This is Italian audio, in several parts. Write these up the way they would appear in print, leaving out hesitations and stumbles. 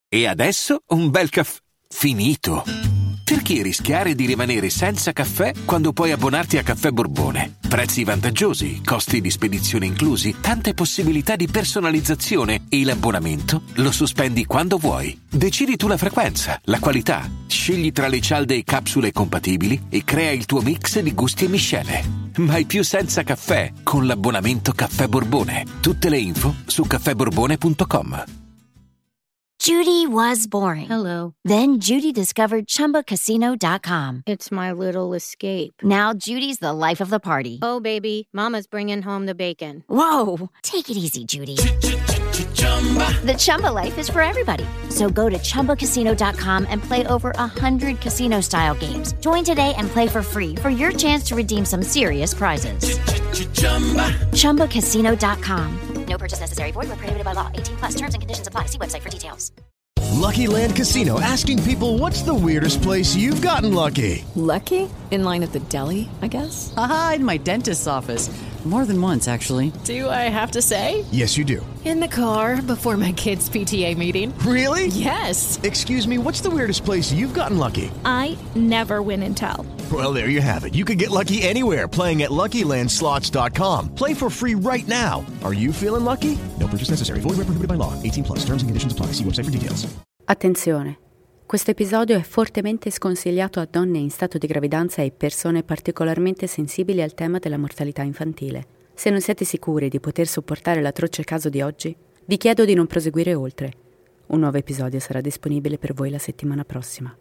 E adesso un bel caffè finito. Perché rischiare di rimanere senza caffè quando puoi abbonarti a Caffè Borbone? Prezzi vantaggiosi, costi di spedizione inclusi, tante possibilità di personalizzazione e l'abbonamento lo sospendi quando vuoi. Decidi tu la frequenza, la qualità, scegli tra le cialde e capsule compatibili e crea il tuo mix di gusti e miscele. Mai più senza caffè con l'abbonamento Caffè Borbone. Tutte le info su caffèborbone.com. Judy was boring. Hello. Then Judy discovered ChumbaCasino.com. It's my little escape. Now Judy's the life of the party. Oh, baby, mama's bringing home the bacon. Whoa, take it easy, Judy. The Chumba life is for everybody. So go to ChumbaCasino.com and play over 100 casino-style games. Join today and play for free for your chance to redeem some serious prizes. ChumbaCasino.com. No purchase necessary. Void where prohibited by law. 18+. Terms and conditions apply. See website for details. Lucky Land Casino, asking people, what's the weirdest place you've gotten lucky? Lucky? In line at the deli, I guess? Aha, in my dentist's office. More than once, actually. Do I have to say? Yes, you do. In the car before my kids' PTA meeting. Really? Yes. Excuse me, what's the weirdest place you've gotten lucky? I never win and tell. Well, there you have it. You can get lucky anywhere, playing at LuckyLandSlots.com. Play for free right now. Are you feeling lucky? No purchase necessary. Void where prohibited by law. 18+. Terms and conditions apply. See website for details. Attenzione! Questo episodio è fortemente sconsigliato a donne in stato di gravidanza e persone particolarmente sensibili al tema della mortalità infantile. Se non siete sicuri di poter sopportare l'atroce caso di oggi, vi chiedo di non proseguire oltre. Un nuovo episodio sarà disponibile per voi la settimana prossima.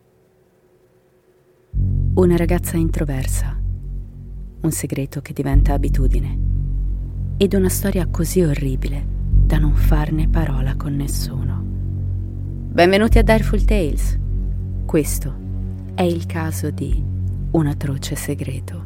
Una ragazza introversa, un segreto che diventa abitudine, ed una storia così orribile da non farne parola con nessuno. Benvenuti a Direful Tales. Questo è il caso di un atroce segreto.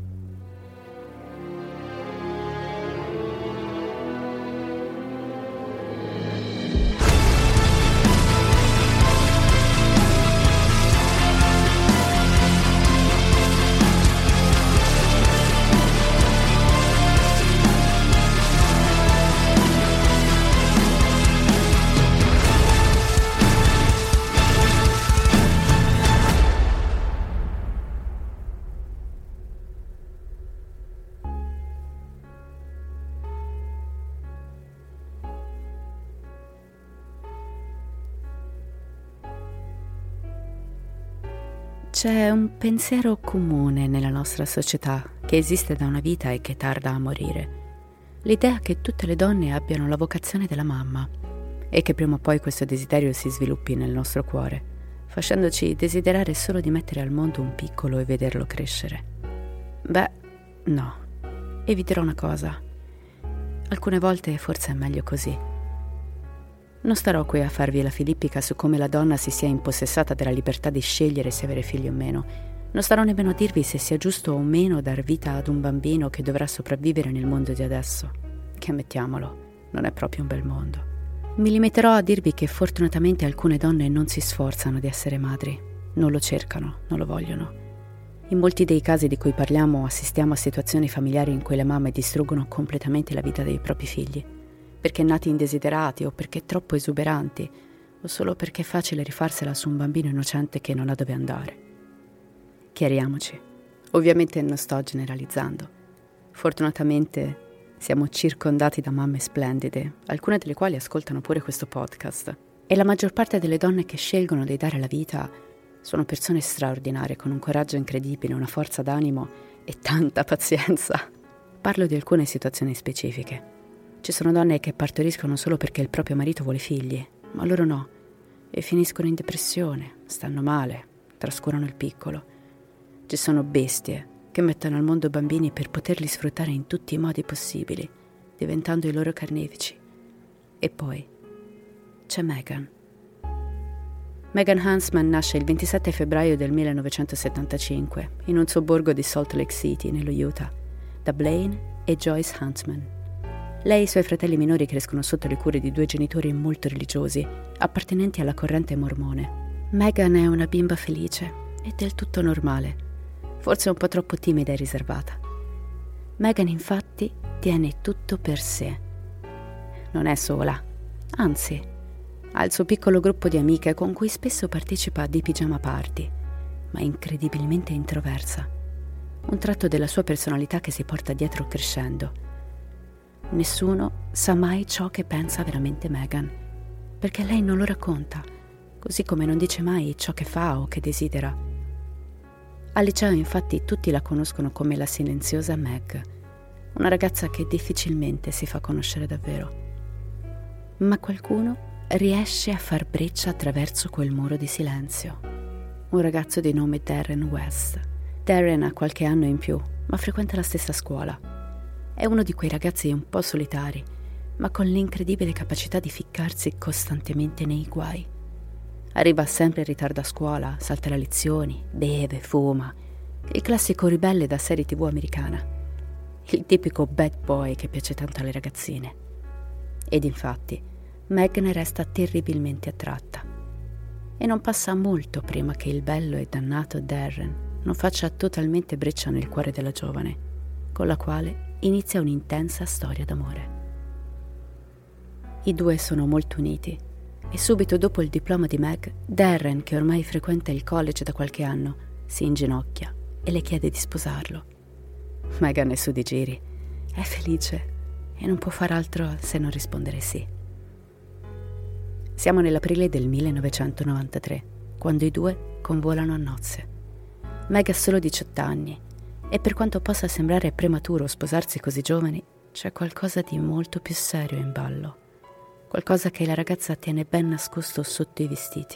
C'è un pensiero comune nella nostra società che esiste da una vita e che tarda a morire. L'idea che tutte le donne abbiano la vocazione della mamma e che prima o poi questo desiderio si sviluppi nel nostro cuore, facendoci desiderare solo di mettere al mondo un piccolo e vederlo crescere. Beh, no. E vi dirò una cosa. Alcune volte forse è meglio così. Non starò qui a farvi la filippica su come la donna si sia impossessata della libertà di scegliere se avere figli o meno. Non starò nemmeno a dirvi se sia giusto o meno dar vita ad un bambino che dovrà sopravvivere nel mondo di adesso, che ammettiamolo, non è proprio un bel mondo. Mi limiterò a dirvi che fortunatamente alcune donne non si sforzano di essere madri, non lo cercano, non lo vogliono. In molti dei casi di cui parliamo assistiamo a situazioni familiari in cui le mamme distruggono completamente la vita dei propri figli, perché nati indesiderati o perché troppo esuberanti o solo perché è facile rifarsela su un bambino innocente che non ha dove andare. Chiariamoci, ovviamente non sto generalizzando. Fortunatamente siamo circondati da mamme splendide, alcune delle quali ascoltano pure questo podcast, e la maggior parte delle donne che scelgono di dare la vita sono persone straordinarie, con un coraggio incredibile, una forza d'animo e tanta pazienza. Parlo di alcune situazioni specifiche. Ci sono donne che partoriscono solo perché il proprio marito vuole figli, ma loro no, e finiscono in depressione, stanno male, trascurano il piccolo. Ci sono bestie che mettono al mondo bambini per poterli sfruttare in tutti i modi possibili, diventando i loro carnefici. E poi c'è Megan. Megan Huntsman nasce il 27 febbraio del 1975 in un sobborgo di Salt Lake City, nello Utah, da Blaine e Joyce Huntsman. Lei e i suoi fratelli minori crescono sotto le cure di due genitori molto religiosi, appartenenti alla corrente mormone. Megan è una bimba felice e del tutto normale, forse un po' troppo timida e riservata. Megan, infatti, tiene tutto per sé. Non è sola, anzi, Ha il suo piccolo gruppo di amiche con cui spesso partecipa a dei pigiama party, ma è incredibilmente introversa. Un tratto della sua personalità che si porta dietro crescendo. Nessuno sa mai ciò che pensa veramente Meghan, perché lei non lo racconta, così come non dice mai ciò che fa o che desidera. Al liceo infatti tutti la conoscono come la silenziosa Meg, una ragazza che difficilmente si fa conoscere davvero. Ma qualcuno riesce a far breccia attraverso quel muro di silenzio. Un ragazzo di nome Darren West. Darren ha qualche anno in più, ma frequenta la stessa scuola. È uno di quei ragazzi un po' solitari, ma con l'incredibile capacità di ficcarsi costantemente nei guai. Arriva sempre in ritardo a scuola, salta le lezioni, beve, fuma. Il classico ribelle da serie TV americana. Il tipico bad boy che piace tanto alle ragazzine. Ed infatti Meg ne resta terribilmente attratta. E non passa molto prima che il bello e dannato Darren non faccia totalmente breccia nel cuore della giovane, con la quale inizia un'intensa storia d'amore. I due sono molto uniti e subito dopo il diploma di Meg, Darren, che ormai frequenta il college da qualche anno, si inginocchia e le chiede di sposarlo. Meghan è su di giri, è felice e non può far altro se non rispondere sì. Siamo nell'aprile del 1993, quando i due convolano a nozze. Meg ha solo 18 anni e per quanto possa sembrare prematuro sposarsi così giovani, c'è qualcosa di molto più serio in ballo. Qualcosa che la ragazza tiene ben nascosto sotto i vestiti.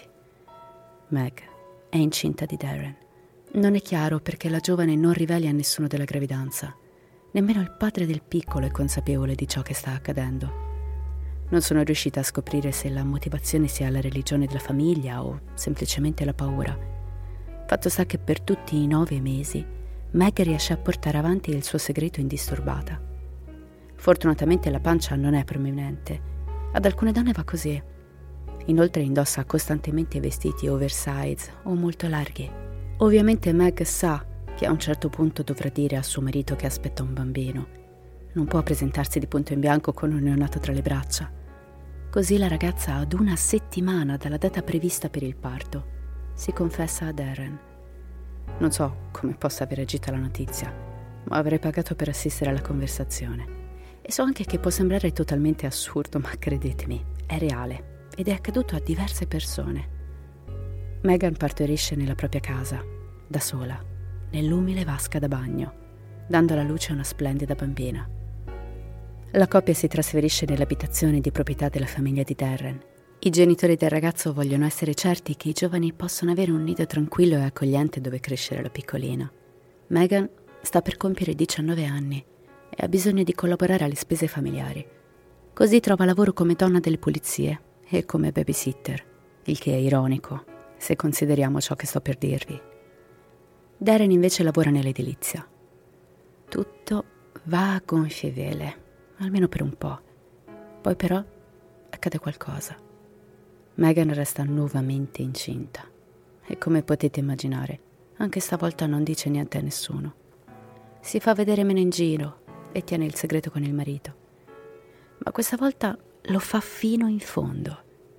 Meg è incinta di Darren. Non è chiaro perché la giovane non riveli a nessuno della gravidanza. Nemmeno il padre del piccolo è consapevole di ciò che sta accadendo. Non sono riuscita a scoprire se la motivazione sia la religione della famiglia o semplicemente la paura. Fatto sta che per tutti i 9 mesi Meg riesce a portare avanti il suo segreto indisturbata. Fortunatamente la pancia non è prominente. Ad alcune donne va così. Inoltre indossa costantemente vestiti oversize o molto larghi. Ovviamente Meg sa che a un certo punto dovrà dire a suo marito che aspetta un bambino. Non può presentarsi di punto in bianco con un neonato tra le braccia. Così la ragazza, ad 1 settimana dalla data prevista per il parto, si confessa a Darren. Non so come possa aver agito la notizia, ma avrei pagato per assistere alla conversazione. E so anche che può sembrare totalmente assurdo, ma credetemi, è reale ed è accaduto a diverse persone. Meghan partorisce nella propria casa, da sola, nell'umile vasca da bagno, dando alla luce una splendida bambina. La coppia si trasferisce nell'abitazione di proprietà della famiglia di Darren. I genitori del ragazzo vogliono essere certi che i giovani possano avere un nido tranquillo e accogliente dove crescere la piccolina. Meghan sta per compiere 19 anni e ha bisogno di collaborare alle spese familiari. Così trova lavoro come donna delle pulizie e come babysitter, il che è ironico se consideriamo ciò che sto per dirvi. Darren invece lavora nell'edilizia. Tutto va a gonfie vele, almeno per un po'. Poi però accade qualcosa. Meghan resta nuovamente incinta e, come potete immaginare, anche stavolta non dice niente a nessuno. Si fa vedere meno in giro e tiene il segreto con il marito. Ma questa volta lo fa fino in fondo.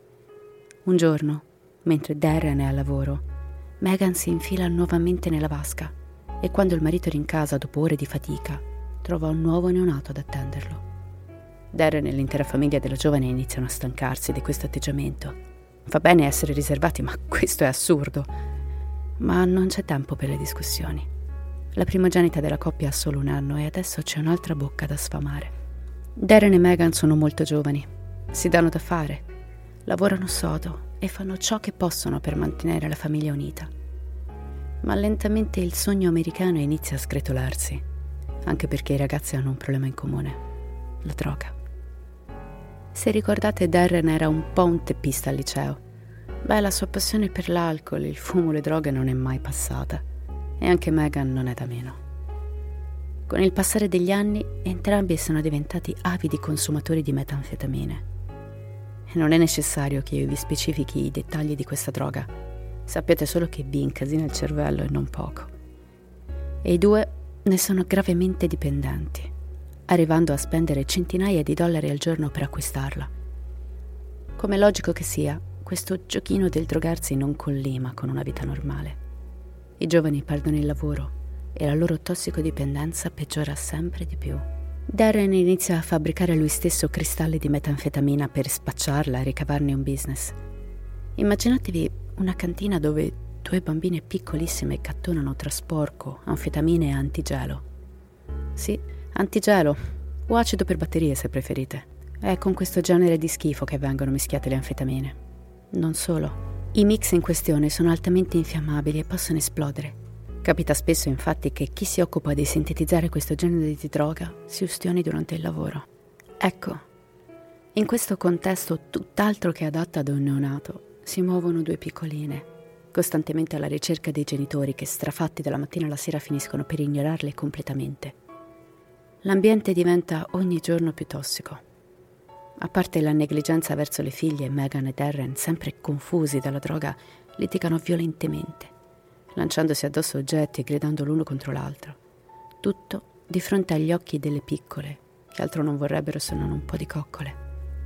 Un giorno, mentre Darren è al lavoro, Meghan si infila nuovamente nella vasca e quando il marito rincasa dopo ore di fatica, trova un nuovo neonato ad attenderlo. Darren e l'intera famiglia della giovane iniziano a stancarsi di questo atteggiamento. Va bene essere riservati, ma questo è assurdo. Ma non c'è tempo per le discussioni. La primogenita della coppia ha solo 1 anno e adesso c'è un'altra bocca da sfamare. Darren e Meghan sono molto giovani, si danno da fare, lavorano sodo e fanno ciò che possono per mantenere la famiglia unita. Ma lentamente il sogno americano inizia a sgretolarsi, anche perché i ragazzi hanno un problema in comune: la droga. Se ricordate, Darren era un po' un teppista al liceo. Beh, la sua passione per l'alcol, il fumo, le droghe non è mai passata. E anche Meghan non è da meno. Con il passare degli anni, entrambi sono diventati avidi consumatori di metanfetamine. E non è necessario che io vi specifichi i dettagli di questa droga. Sappiate solo che vi incasina il cervello e non poco. E i due ne sono gravemente dipendenti, arrivando a spendere centinaia di dollari al giorno per acquistarla. Come logico che sia, questo giochino del drogarsi non collima con una vita normale. I giovani perdono il lavoro e la loro tossicodipendenza peggiora sempre di più. Darren inizia a fabbricare lui stesso cristalli di metanfetamina per spacciarla e ricavarne un business. Immaginatevi una cantina dove 2 bambine piccolissime cattonano tra sporco, anfetamine e antigelo. Sì, antigelo, o acido per batterie se preferite. È con questo genere di schifo che vengono mischiate le anfetamine. Non solo. I mix in questione sono altamente infiammabili e possono esplodere. Capita spesso infatti che chi si occupa di sintetizzare questo genere di droga si ustioni durante il lavoro. Ecco, in questo contesto tutt'altro che adatto ad un neonato si muovono 2 piccoline, costantemente alla ricerca dei genitori che, strafatti dalla mattina alla sera, finiscono per ignorarle completamente. L'ambiente diventa ogni giorno più tossico. A parte la negligenza verso le figlie, Megan e Darren, sempre confusi dalla droga, litigano violentemente, lanciandosi addosso oggetti e gridando l'uno contro l'altro. Tutto di fronte agli occhi delle piccole, che altro non vorrebbero se non un po' di coccole.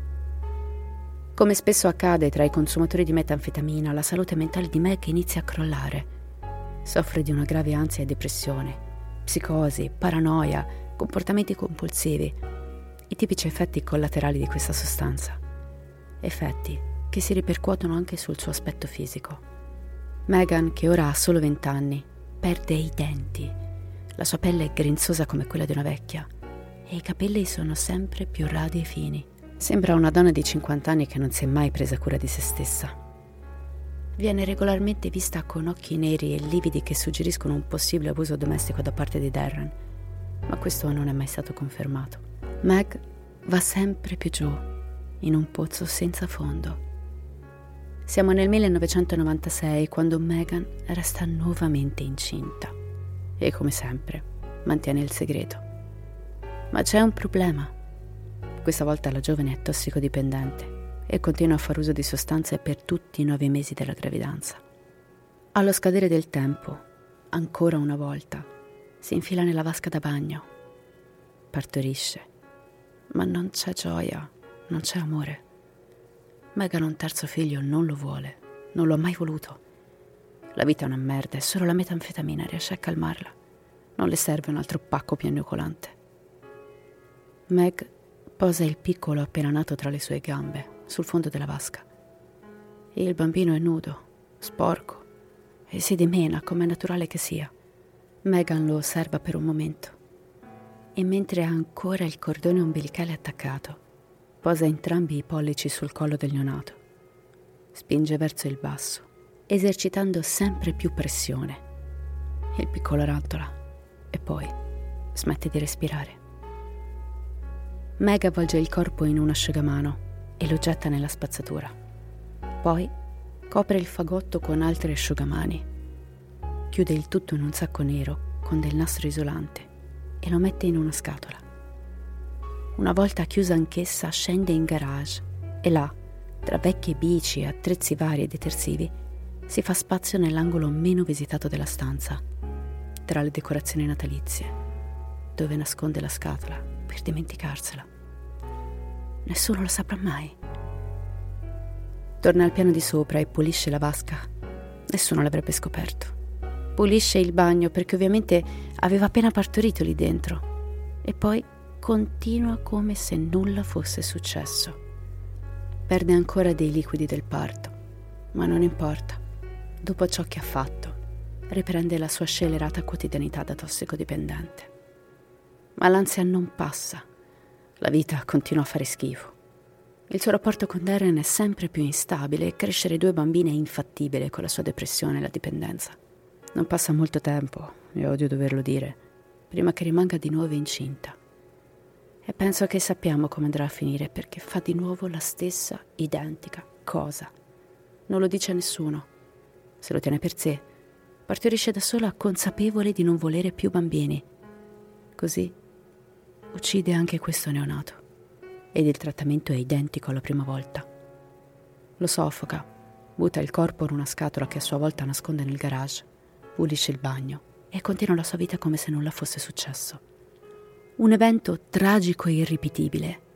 Come spesso accade tra i consumatori di metanfetamina, la salute mentale di Meg inizia a crollare. Soffre di una grave ansia e depressione, psicosi, paranoia, comportamenti compulsivi, i tipici effetti collaterali di questa sostanza. Effetti che si ripercuotono anche sul suo aspetto fisico. Megan, che ora ha solo 20 anni, perde i denti. La sua pelle è grinzosa come quella di una vecchia e i capelli sono sempre più radi e fini. Sembra una donna di 50 anni che non si è mai presa cura di se stessa. Viene regolarmente vista con occhi neri e lividi che suggeriscono un possibile abuso domestico da parte di Darren, ma questo non è mai stato confermato. Meg va sempre più giù, in un pozzo senza fondo. Siamo nel 1996, quando Megan resta nuovamente incinta e, come sempre, mantiene il segreto. Ma c'è un problema. Questa volta la giovane è tossicodipendente e continua a far uso di sostanze per tutti i 9 mesi della gravidanza. Allo scadere del tempo, ancora una volta, si infila nella vasca da bagno. Partorisce, ma non c'è gioia, non c'è amore. Megan un terzo figlio non lo vuole, non lo ha mai voluto. La vita è una merda e solo la metanfetamina riesce a calmarla. Non le serve un altro pacco piagnucolante. Meg posa il piccolo appena nato tra le sue gambe, sul fondo della vasca. Il bambino è nudo, sporco, e si dimena come è naturale che sia. Megan lo osserva per un momento e, mentre ha ancora il cordone ombelicale attaccato, posa entrambi i pollici sul collo del neonato. Spinge verso il basso, esercitando sempre più pressione. Il piccolo rantola e poi smette di respirare. Meg avvolge il corpo in un asciugamano e lo getta nella spazzatura. Poi copre il fagotto con altri asciugamani. Chiude il tutto in un sacco nero con del nastro isolante e lo mette in una scatola. Una volta chiusa anch'essa, scende in garage e là, tra vecchie bici e attrezzi vari e detersivi, si fa spazio nell'angolo meno visitato della stanza, tra le decorazioni natalizie, dove nasconde la scatola per dimenticarsela. Nessuno lo saprà mai. Torna al piano di sopra e pulisce la vasca. Nessuno l'avrebbe scoperto. Pulisce il bagno perché ovviamente aveva appena partorito lì dentro. E poi continua come se nulla fosse successo. Perde ancora dei liquidi del parto, ma non importa. Dopo ciò che ha fatto, riprende la sua scellerata quotidianità da tossicodipendente. Ma l'ansia non passa. La vita continua a fare schifo. Il suo rapporto con Darren è sempre più instabile e crescere 2 bambine è infattibile con la sua depressione e la dipendenza. Non passa molto tempo, e odio doverlo dire, prima che rimanga di nuovo incinta. E penso che sappiamo come andrà a finire, perché fa di nuovo la stessa identica cosa. Non lo dice a nessuno. Se lo tiene per sé. Partorisce da sola, consapevole di non volere più bambini. Così uccide anche questo neonato. Ed il trattamento è identico alla prima volta. Lo soffoca, butta il corpo in una scatola che a sua volta nasconde nel garage, pulisce il bagno e continua la sua vita come se nulla fosse successo. Un evento tragico e irripetibile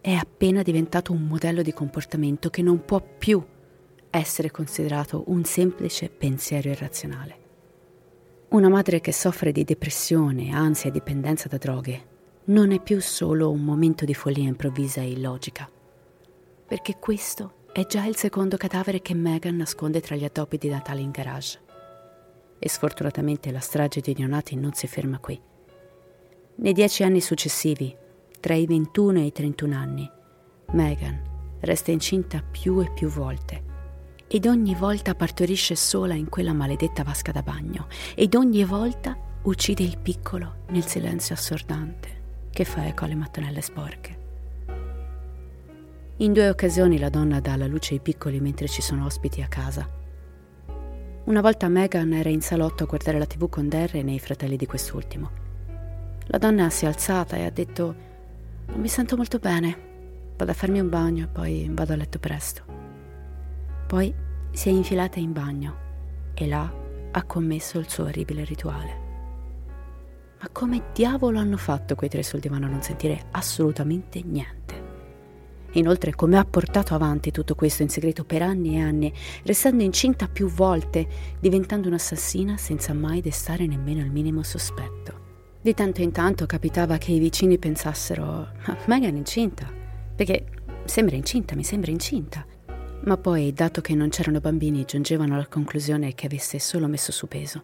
è appena diventato un modello di comportamento che non può più essere considerato un semplice pensiero irrazionale. Una madre che soffre di depressione, ansia e dipendenza da droghe non è più solo un momento di follia improvvisa e illogica, perché questo è già il secondo cadavere che Megan nasconde tra gli addobbi di Natale in garage. E sfortunatamente la strage di neonati non si ferma qui. Nei 10 anni successivi, tra i 21 e i 31 anni, Megan resta incinta più e più volte ed ogni volta partorisce sola in quella maledetta vasca da bagno ed ogni volta uccide il piccolo nel silenzio assordante che fa eco alle mattonelle sporche. In 2 occasioni la donna dà alla luce i piccoli mentre ci sono ospiti a casa. Una volta Megan era in salotto a guardare la TV con Darren e i fratelli di quest'ultimo. La donna si è alzata e ha detto: «Non mi sento molto bene, vado a farmi un bagno e poi vado a letto presto». Poi si è infilata in bagno e là ha commesso il suo orribile rituale. Ma come diavolo hanno fatto quei 3 sul divano a non sentire assolutamente niente? Inoltre, come ha portato avanti tutto questo in segreto per anni e anni, restando incinta più volte, diventando un'assassina senza mai destare nemmeno il minimo sospetto. Di tanto in tanto capitava che i vicini pensassero: Megan è incinta, perché mi sembra incinta. Ma poi, dato che non c'erano bambini, giungevano alla conclusione che avesse solo messo su peso.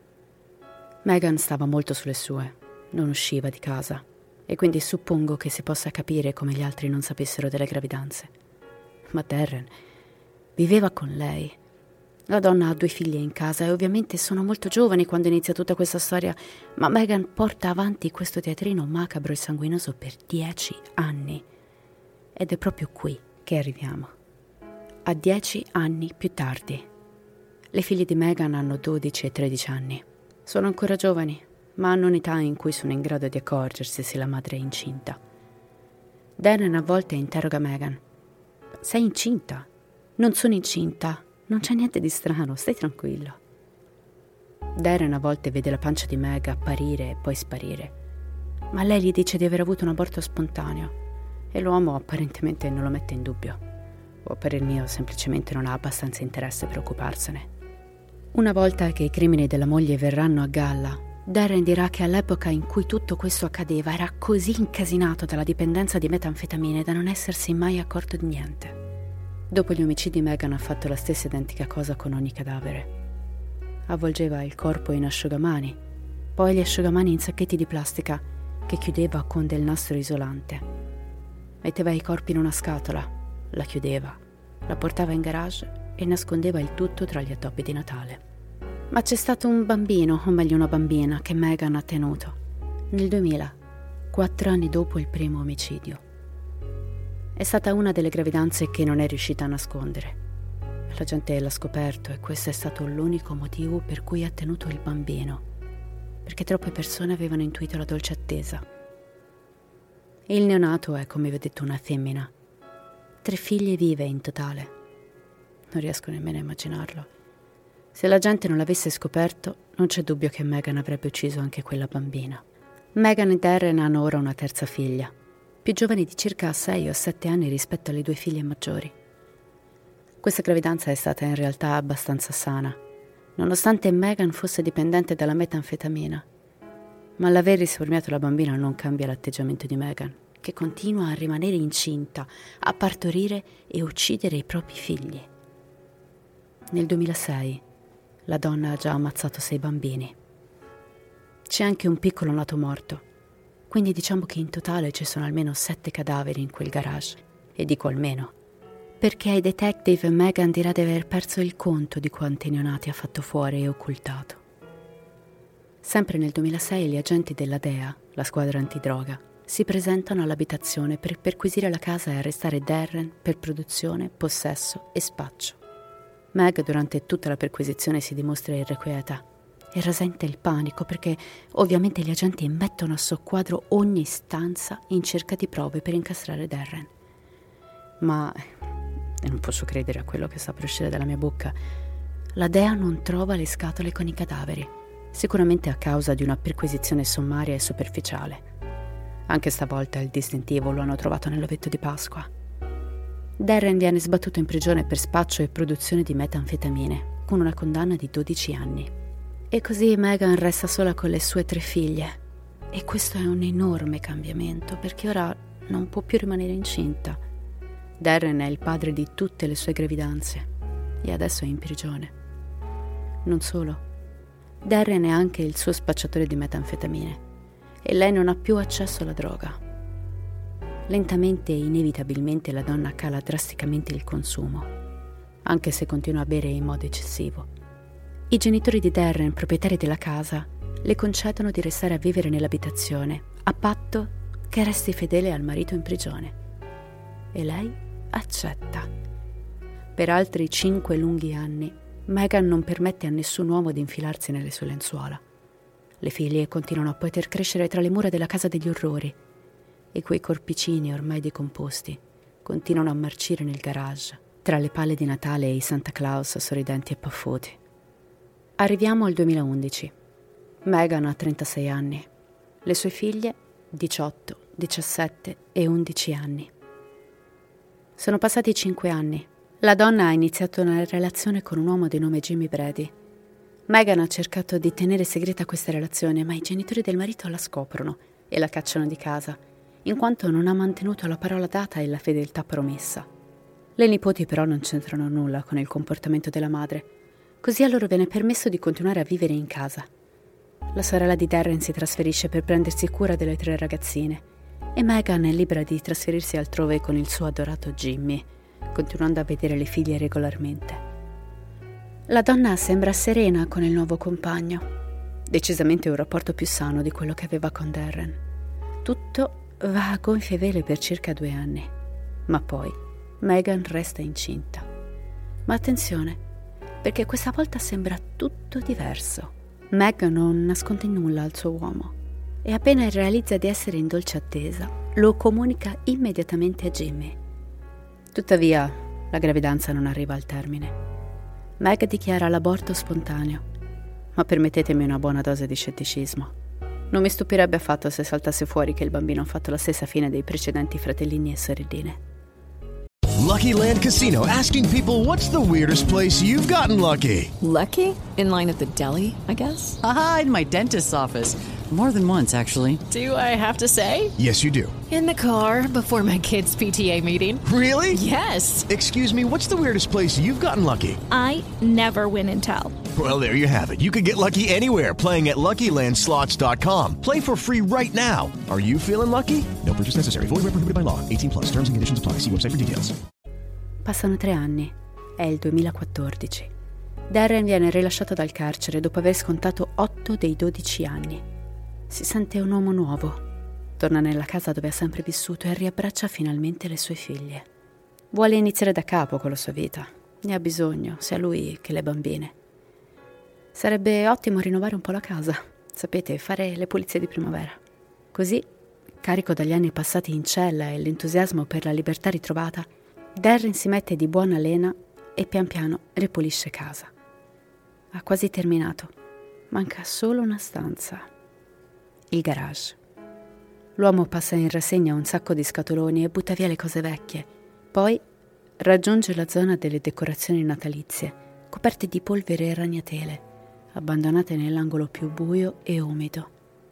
Megan stava molto sulle sue, non usciva di casa, e quindi suppongo che si possa capire come gli altri non sapessero delle gravidanze. Ma Darren viveva con lei. La donna ha 2 figlie in casa e ovviamente sono molto giovani quando inizia tutta questa storia, ma Megan porta avanti questo teatrino macabro e sanguinoso per 10 anni. Ed è proprio qui che arriviamo. A 10 anni più tardi. Le figlie di Megan hanno 12 e 13 anni. Sono ancora giovani, ma hanno un'età in cui sono in grado di accorgersi se la madre è incinta. Darren a volte interroga Megan: «Sei incinta?» «Non sono incinta, non c'è niente di strano, stai tranquillo». Darren a volte vede la pancia di Meg apparire e poi sparire, ma lei gli dice di aver avuto un aborto spontaneo e l'uomo apparentemente non lo mette in dubbio. O per il mio semplicemente non ha abbastanza interesse per occuparsene. Una volta che i crimini della moglie verranno a galla, Darren dirà che all'epoca in cui tutto questo accadeva era così incasinato dalla dipendenza di metanfetamine da non essersi mai accorto di niente. Dopo gli omicidi Megan ha fatto la stessa identica cosa con ogni cadavere. Avvolgeva il corpo in asciugamani, poi gli asciugamani in sacchetti di plastica che chiudeva con del nastro isolante. Metteva i corpi in una scatola, la chiudeva, la portava in garage e nascondeva il tutto tra gli addobbi di Natale. Ma c'è stato un bambino, o meglio una bambina, che Megan ha tenuto. Nel 2000, 4 anni dopo il primo omicidio. È stata una delle gravidanze che non è riuscita a nascondere. La gente l'ha scoperto e questo è stato l'unico motivo per cui ha tenuto il bambino, perché troppe persone avevano intuito la dolce attesa. Il neonato è, come vi ho detto, una femmina. 3 figlie vive in totale. Non riesco nemmeno a immaginarlo. Se la gente non l'avesse scoperto, non c'è dubbio che Megan avrebbe ucciso anche quella bambina. Megan e Darren hanno ora una terza figlia, più giovane di circa 6 o 7 anni rispetto alle 2 figlie maggiori. Questa gravidanza è stata in realtà abbastanza sana, nonostante Megan fosse dipendente dalla metanfetamina. Ma l'aver risparmiato la bambina non cambia l'atteggiamento di Megan, che continua a rimanere incinta, a partorire e uccidere i propri figli. Nel 2006 la donna ha già ammazzato 6 bambini. C'è anche un piccolo nato morto, quindi diciamo che in totale ci sono almeno 7 cadaveri in quel garage. E dico almeno, perché ai detective Megan dirà di aver perso il conto di quanti neonati ha fatto fuori e occultato. Sempre nel 2006 gli agenti della DEA, la squadra antidroga, si presentano all'abitazione per perquisire la casa e arrestare Darren per produzione, possesso e spaccio. Meg durante tutta la perquisizione si dimostra irrequieta e rasenta il panico perché ovviamente gli agenti mettono a soqquadro ogni stanza in cerca di prove per incastrare Darren. Ma, e non posso credere a quello che sta per uscire dalla mia bocca, la DEA non trova le scatole con i cadaveri, sicuramente a causa di una perquisizione sommaria e superficiale. Anche stavolta il distintivo lo hanno trovato nell'ovetto di Pasqua. Darren viene sbattuto in prigione per spaccio e produzione di metanfetamine, con una condanna di 12 anni. E così Megan resta sola con le sue 3 figlie. E questo è un enorme cambiamento, perché ora non può più rimanere incinta. Darren è il padre di tutte le sue gravidanze e adesso è in prigione. Non solo, Darren è anche il suo spacciatore di metanfetamine e lei non ha più accesso alla droga. Lentamente e inevitabilmente la donna cala drasticamente il consumo, anche se continua a bere in modo eccessivo. I genitori di Darren, proprietari della casa, le concedono di restare a vivere nell'abitazione, a patto che resti fedele al marito in prigione. E lei accetta. Per altri 5 lunghi anni, Megan non permette a nessun uomo di infilarsi nelle sue lenzuola. Le figlie continuano a poter crescere tra le mura della casa degli orrori e quei corpicini ormai decomposti continuano a marcire nel garage, tra le palle di Natale e i Santa Claus sorridenti e paffuti. Arriviamo al 2011. Megan ha 36 anni. Le sue figlie 18, 17 e 11 anni. Sono passati 5 anni. La donna ha iniziato una relazione con un uomo di nome Jimmy Brady. Megan ha cercato di tenere segreta questa relazione, ma i genitori del marito la scoprono e la cacciano di casa, in quanto non ha mantenuto la parola data e la fedeltà promessa. Le nipoti però non c'entrano nulla con il comportamento della madre, così a loro viene permesso di continuare a vivere in casa. La sorella di Darren si trasferisce per prendersi cura delle 3 ragazzine e Megan è libera di trasferirsi altrove con il suo adorato Jimmy, continuando a vedere le figlie regolarmente. La donna sembra serena con il nuovo compagno, decisamente un rapporto più sano di quello che aveva con Darren. Tutto va a gonfie vele per circa 2 anni, ma poi Megan resta incinta. Ma attenzione, perché questa volta sembra tutto diverso. Meg non nasconde nulla al suo uomo e appena realizza di essere in dolce attesa, lo comunica immediatamente a Jimmy. Tuttavia, la gravidanza non arriva al termine. Meg dichiara l'aborto spontaneo, ma permettetemi una buona dose di scetticismo. Non mi stupirebbe affatto se saltasse fuori che il bambino ha fatto la stessa fine dei precedenti fratellini e sorelline. Lucky Land Casino, asking people, what's the weirdest place you've gotten lucky? Lucky? In line at the deli, I guess? Aha, in my dentist's office. More than once, actually. Do I have to say? Yes, you do. In the car before my kids' PTA meeting. Really? Yes. Excuse me, what's the weirdest place you've gotten lucky? I never win and tell. Well, there you have it. You can get lucky anywhere, playing at LuckyLandSlots.com. Play for free right now. Are you feeling lucky? No purchase necessary. Void where prohibited by law. 18+. Terms and conditions apply. See website for details. Passano 3 anni. È il 2014. Darren viene rilasciato dal carcere dopo aver scontato 8 dei 12 anni. Si sente un uomo nuovo. Torna nella casa dove ha sempre vissuto e riabbraccia finalmente le sue figlie. Vuole iniziare da capo con la sua vita. Ne ha bisogno, sia lui che le bambine. Sarebbe ottimo rinnovare un po' la casa. Sapete, fare le pulizie di primavera. Così, carico dagli anni passati in cella e l'entusiasmo per la libertà ritrovata, Darren si mette di buona lena e pian piano ripulisce casa. Ha quasi terminato. Manca solo una stanza. Il garage. L'uomo passa in rassegna un sacco di scatoloni e butta via le cose vecchie. Poi raggiunge la zona delle decorazioni natalizie, coperte di polvere e ragnatele, abbandonate nell'angolo più buio e umido.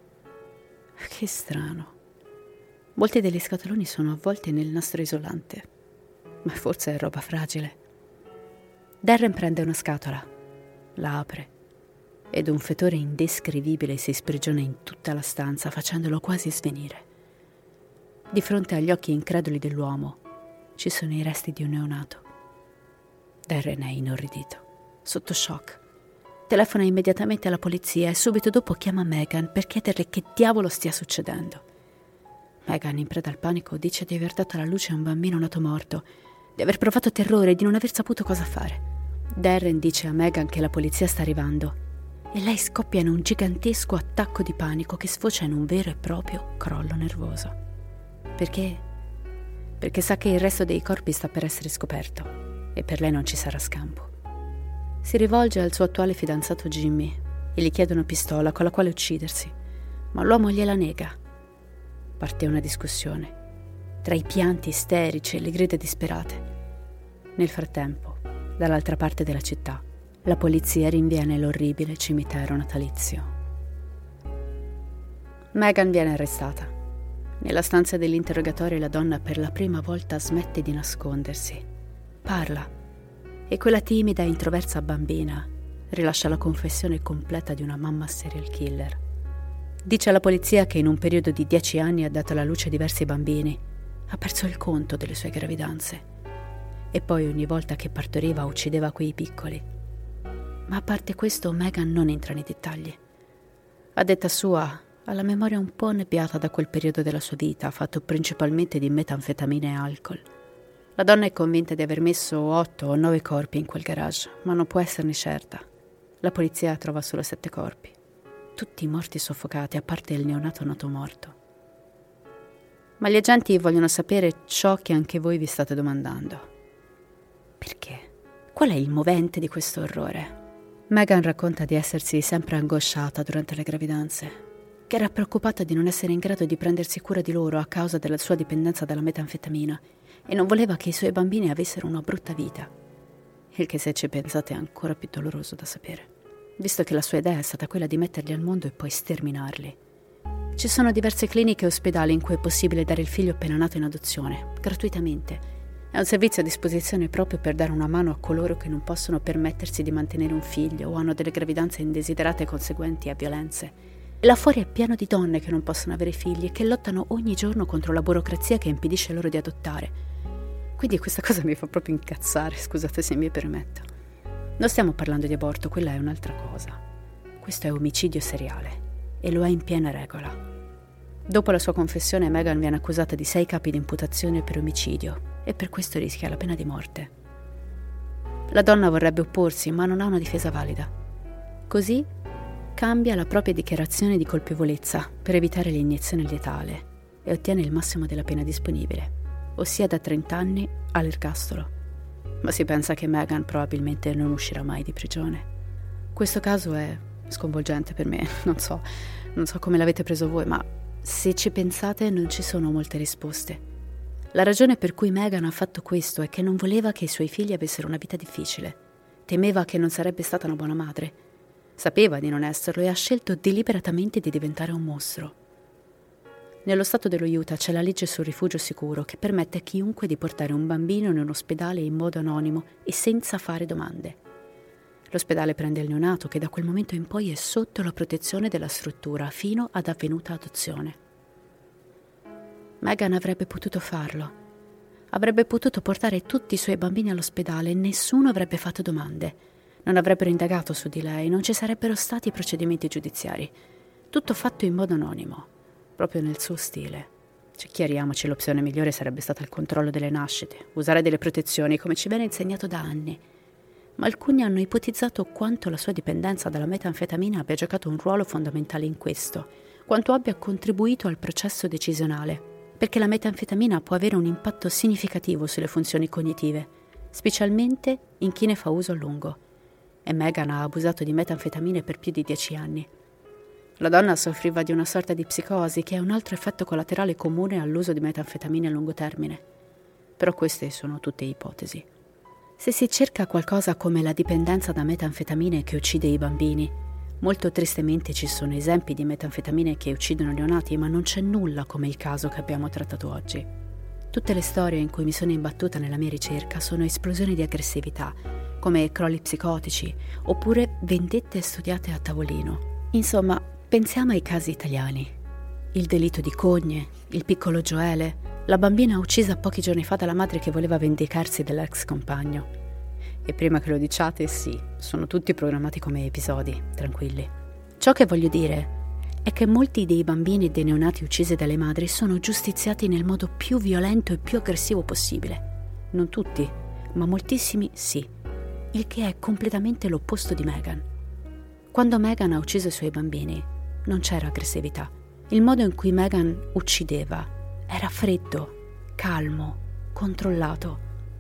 Che strano. Molti degli scatoloni sono avvolti nel nastro isolante, ma forse è roba fragile. Darren prende una scatola, la apre, ed un fetore indescrivibile si sprigiona in tutta la stanza, facendolo quasi svenire. Di fronte agli occhi increduli dell'uomo ci sono i resti di un neonato. Darren è inorridito, sotto shock. Telefona immediatamente alla polizia e subito dopo chiama Megan per chiederle che diavolo stia succedendo. Megan, in preda al panico, dice di aver dato alla luce a un bambino nato morto, di aver provato terrore e di non aver saputo cosa fare. Darren dice a Megan che la polizia sta arrivando e lei scoppia in un gigantesco attacco di panico che sfocia in un vero e proprio crollo nervoso. Perché? Perché sa che il resto dei corpi sta per essere scoperto e per lei non ci sarà scampo. Si rivolge al suo attuale fidanzato Jimmy e gli chiede una pistola con la quale uccidersi, ma l'uomo gliela nega. parte una discussione, tra i pianti isterici e le grida disperate. Nel frattempo, dall'altra parte della città, la polizia rinviene l'orribile cimitero natalizio. Meghan viene arrestata. Nella stanza dell'interrogatorio la donna per la prima volta smette di nascondersi. Parla e quella timida e introversa bambina rilascia la confessione completa di una mamma serial killer. Dice alla polizia che in un periodo di 10 anni ha dato alla luce diversi bambini, ha perso il conto delle sue gravidanze e poi ogni volta che partoriva uccideva quei piccoli. Ma a parte questo Meghan non entra nei dettagli. A detta sua, ha la memoria un po' annebbiata da quel periodo della sua vita, fatto principalmente di metanfetamine e alcol. La donna è convinta di aver messo 8 o 9 corpi in quel garage, ma non può esserne certa. La polizia trova solo 7 corpi, tutti morti soffocati, a parte il neonato nato morto. Ma gli agenti vogliono sapere ciò che anche voi vi state domandando. Perché? Qual è il movente di questo orrore? Meghan racconta di essersi sempre angosciata durante le gravidanze, che era preoccupata di non essere in grado di prendersi cura di loro a causa della sua dipendenza dalla metanfetamina e non voleva che i suoi bambini avessero una brutta vita. Il che, se ci pensate, è ancora più doloroso da sapere, visto che la sua idea è stata quella di metterli al mondo e poi sterminarli. Ci sono diverse cliniche e ospedali in cui è possibile dare il figlio appena nato in adozione, gratuitamente. È un servizio a disposizione proprio per dare una mano a coloro che non possono permettersi di mantenere un figlio o hanno delle gravidanze indesiderate conseguenti a violenze. E là fuori è pieno di donne che non possono avere figli e che lottano ogni giorno contro la burocrazia che impedisce loro di adottare. Quindi questa cosa mi fa proprio incazzare, scusate se mi permetto. Non stiamo parlando di aborto, quella è un'altra cosa. Questo è omicidio seriale e lo è in piena regola. Dopo la sua confessione, Meghan viene accusata di 6 capi di imputazione per omicidio e per questo rischia la pena di morte. La donna vorrebbe opporsi, ma non ha una difesa valida. Così cambia la propria dichiarazione di colpevolezza per evitare l'iniezione letale e ottiene il massimo della pena disponibile, ossia da 30 anni all'ergastolo. Ma si pensa che Meghan probabilmente non uscirà mai di prigione. Questo caso è sconvolgente per me, non so come l'avete preso voi, ma se ci pensate non ci sono molte risposte. La ragione per cui Meghan ha fatto questo è che non voleva che i suoi figli avessero una vita difficile. Temeva che non sarebbe stata una buona madre. Sapeva di non esserlo e ha scelto deliberatamente di diventare un mostro. Nello stato dello Utah c'è la legge sul rifugio sicuro che permette a chiunque di portare un bambino in un ospedale in modo anonimo e senza fare domande. L'ospedale prende il neonato che da quel momento in poi è sotto la protezione della struttura fino ad avvenuta adozione. Meghan avrebbe potuto farlo. Avrebbe potuto portare tutti i suoi bambini all'ospedale e nessuno avrebbe fatto domande. Non avrebbero indagato su di lei, non ci sarebbero stati procedimenti giudiziari. Tutto fatto in modo anonimo, proprio nel suo stile. Chiariamoci, l'opzione migliore sarebbe stata il controllo delle nascite, usare delle protezioni come ci viene insegnato da anni. Ma alcuni hanno ipotizzato quanto la sua dipendenza dalla metanfetamina abbia giocato un ruolo fondamentale in questo, quanto abbia contribuito al processo decisionale, perché la metanfetamina può avere un impatto significativo sulle funzioni cognitive, specialmente in chi ne fa uso a lungo. E Meghan ha abusato di metanfetamine per più di 10 anni. La donna soffriva di una sorta di psicosi che è un altro effetto collaterale comune all'uso di metanfetamine a lungo termine. Però queste sono tutte ipotesi. Se si cerca qualcosa come la dipendenza da metanfetamine che uccide i bambini, molto tristemente ci sono esempi di metanfetamine che uccidono neonati, ma non c'è nulla come il caso che abbiamo trattato oggi. Tutte le storie in cui mi sono imbattuta nella mia ricerca sono esplosioni di aggressività, come crolli psicotici, oppure vendette studiate a tavolino. Insomma, pensiamo ai casi italiani. Il delitto di Cogne, il piccolo Gioele, la bambina uccisa pochi giorni fa dalla madre che voleva vendicarsi dell'ex compagno. E prima che lo diciate, sì, sono tutti programmati come episodi, tranquilli. Ciò che voglio dire è che molti dei bambini e dei neonati uccisi dalle madri sono giustiziati nel modo più violento e più aggressivo possibile. Non tutti, ma moltissimi sì, il che è completamente l'opposto di Meghan. Quando Meghan ha ucciso i suoi bambini, non c'era aggressività. Il modo in cui Meghan uccideva era freddo, calmo, controllato.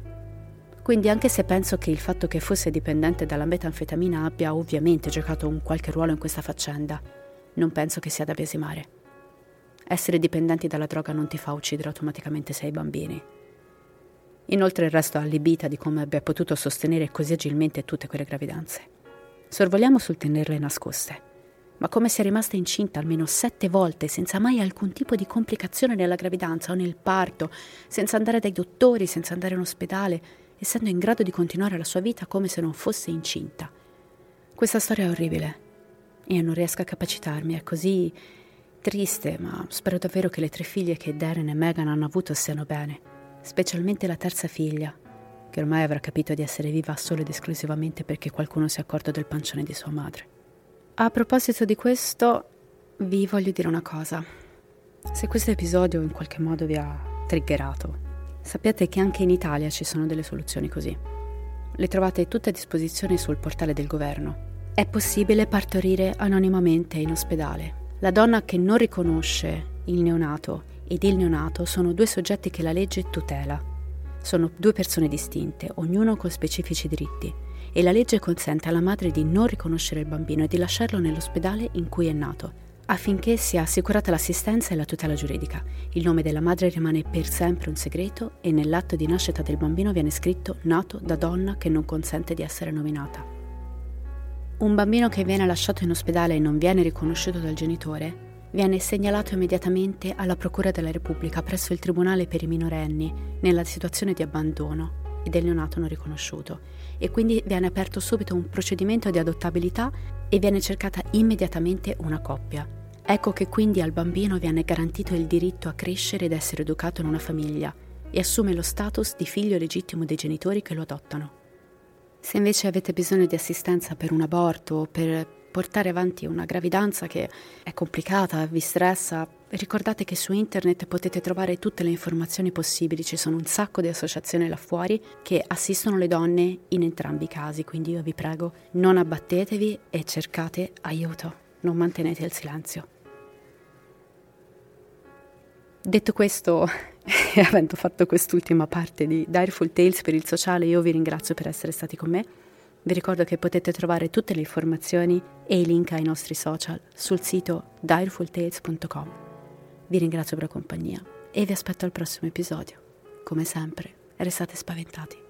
Quindi anche se penso che il fatto che fosse dipendente dalla metanfetamina abbia ovviamente giocato un qualche ruolo in questa faccenda, non penso che sia da biasimare. Essere dipendenti dalla droga non ti fa uccidere automaticamente 6 bambini. Inoltre il resto allibita di come abbia potuto sostenere così agilmente tutte quelle gravidanze. Sorvoliamo sul tenerle nascoste, ma come sia rimasta incinta almeno 7 volte senza mai alcun tipo di complicazione nella gravidanza o nel parto, senza andare dai dottori, senza andare in ospedale, essendo in grado di continuare la sua vita come se non fosse incinta. Questa storia è orribile. Io non riesco a capacitarmi, è così triste, ma spero davvero che le 3 figlie che Darren e Megan hanno avuto stiano bene, specialmente la terza figlia, che ormai avrà capito di essere viva solo ed esclusivamente perché qualcuno si è accorto del pancione di sua madre. A proposito di questo, vi voglio dire una cosa. Se questo episodio in qualche modo vi ha triggerato, sappiate che anche in Italia ci sono delle soluzioni così. Le trovate tutte a disposizione sul portale del governo. È possibile partorire anonimamente in ospedale. La donna che non riconosce il neonato ed il neonato sono 2 soggetti che la legge tutela. Sono 2 persone distinte, ognuno con specifici diritti, e la legge consente alla madre di non riconoscere il bambino e di lasciarlo nell'ospedale in cui è nato, affinché sia assicurata l'assistenza e la tutela giuridica. Il nome della madre rimane per sempre un segreto e nell'atto di nascita del bambino viene scritto nato da donna che non consente di essere nominata. Un bambino che viene lasciato in ospedale e non viene riconosciuto dal genitore viene segnalato immediatamente alla Procura della Repubblica presso il Tribunale per i minorenni nella situazione di abbandono e del neonato non riconosciuto, e quindi viene aperto subito un procedimento di adottabilità e viene cercata immediatamente una coppia. Ecco che quindi al bambino viene garantito il diritto a crescere ed essere educato in una famiglia e assume lo status di figlio legittimo dei genitori che lo adottano. Se invece avete bisogno di assistenza per un aborto o per portare avanti una gravidanza che è complicata, vi stressa, ricordate che su internet potete trovare tutte le informazioni possibili, ci sono un sacco di associazioni là fuori che assistono le donne in entrambi i casi, quindi io vi prego, non abbattetevi e cercate aiuto, non mantenete il silenzio. Detto questo, e avendo fatto quest'ultima parte di Direful Tales per il sociale, io vi ringrazio per essere stati con me. Vi ricordo che potete trovare tutte le informazioni e i link ai nostri social sul sito direfultales.com. Vi ringrazio per la compagnia e vi aspetto al prossimo episodio. Come sempre, restate spaventati.